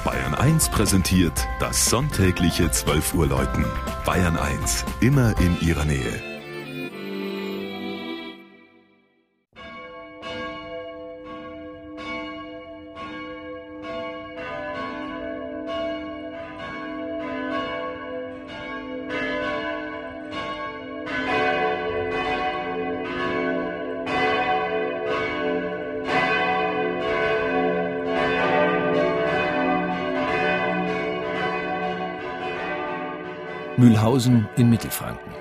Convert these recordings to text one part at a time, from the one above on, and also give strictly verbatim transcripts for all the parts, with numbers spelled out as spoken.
Bayern eins präsentiert das sonntägliche zwölf Uhr Läuten. Bayern eins, immer in Ihrer Nähe. Mühlhausen in Mittelfranken.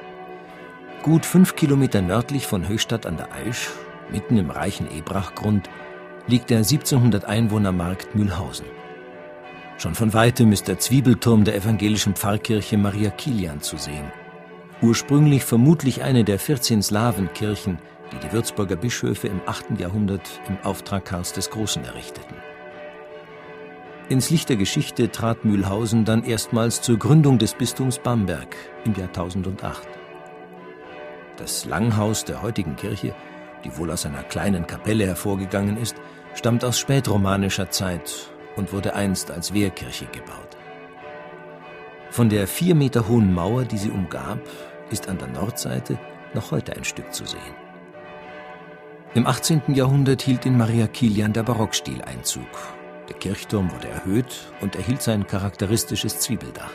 Gut fünf Kilometer nördlich von Höchstadt an der Aisch, mitten im reichen Ebrachgrund, liegt der siebzehnhundert Einwohner-Markt Mühlhausen. Schon von weitem ist der Zwiebelturm der evangelischen Pfarrkirche Maria Kilian zu sehen. Ursprünglich vermutlich eine der vierzehn Slawenkirchen, die die Würzburger Bischöfe im achten Jahrhundert im Auftrag Karls des Großen errichteten. Ins Licht der Geschichte trat Mühlhausen dann erstmals zur Gründung des Bistums Bamberg im Jahr tausendacht. Das Langhaus der heutigen Kirche, die wohl aus einer kleinen Kapelle hervorgegangen ist, stammt aus spätromanischer Zeit und wurde einst als Wehrkirche gebaut. Von der vier Meter hohen Mauer, die sie umgab, ist an der Nordseite noch heute ein Stück zu sehen. Im achtzehnten Jahrhundert hielt in Maria Kilian der Barockstil Einzug. Der Kirchturm wurde erhöht und erhielt sein charakteristisches Zwiebeldach.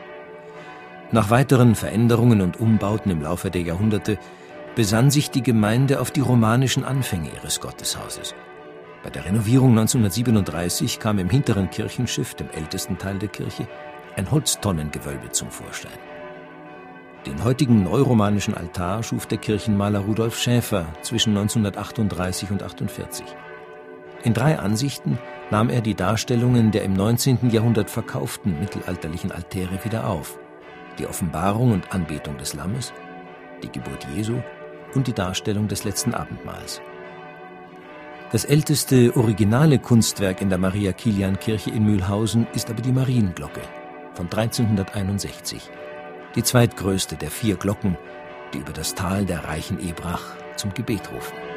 Nach weiteren Veränderungen und Umbauten im Laufe der Jahrhunderte besann sich die Gemeinde auf die romanischen Anfänge ihres Gotteshauses. Bei der Renovierung neunzehnhundertsiebenunddreißig kam im hinteren Kirchenschiff, dem ältesten Teil der Kirche, ein Holztonnengewölbe zum Vorschein. Den heutigen neuromanischen Altar schuf der Kirchenmaler Rudolf Schäfer zwischen neunzehnhundertachtunddreißig und achtundvierzig. In drei Ansichten nahm er die Darstellungen der im neunzehnten Jahrhundert verkauften mittelalterlichen Altäre wieder auf. Die Offenbarung und Anbetung des Lammes, die Geburt Jesu und die Darstellung des letzten Abendmahls. Das älteste originale Kunstwerk in der Maria-Kilian-Kirche in Mühlhausen ist aber die Marienglocke von dreizehnhunderteinundsechzig. Die zweitgrößte der vier Glocken, die über das Tal der reichen Ebrach zum Gebet rufen.